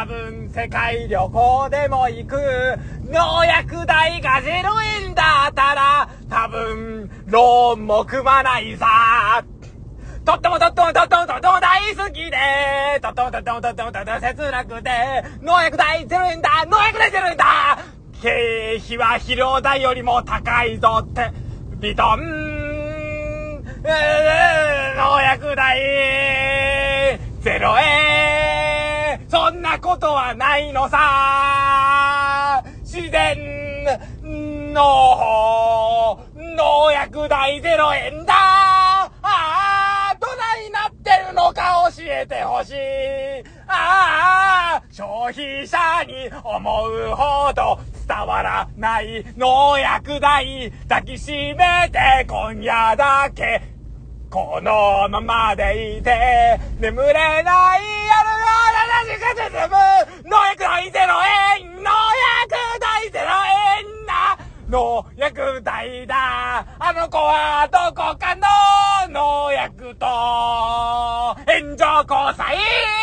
多分世界旅行でも行く。農薬代が0円だったら多分ローンも組まないさ。とっても大好きで、とっても切なくて、農薬代0円だ、農薬代0円だ、経費は肥料代よりも高いぞって、ビトン、農薬代0円、そんなことはないのさ。自然の農薬代0円だ。どないなってるのか教えてほしい。消費者に思うほど伝わらない農薬代、抱きしめて今夜だけこのままでいて、眠れない夜の話が進む。農薬代0円、農薬代0円だ、農薬代だ。あの子はどこかの農薬と援助交際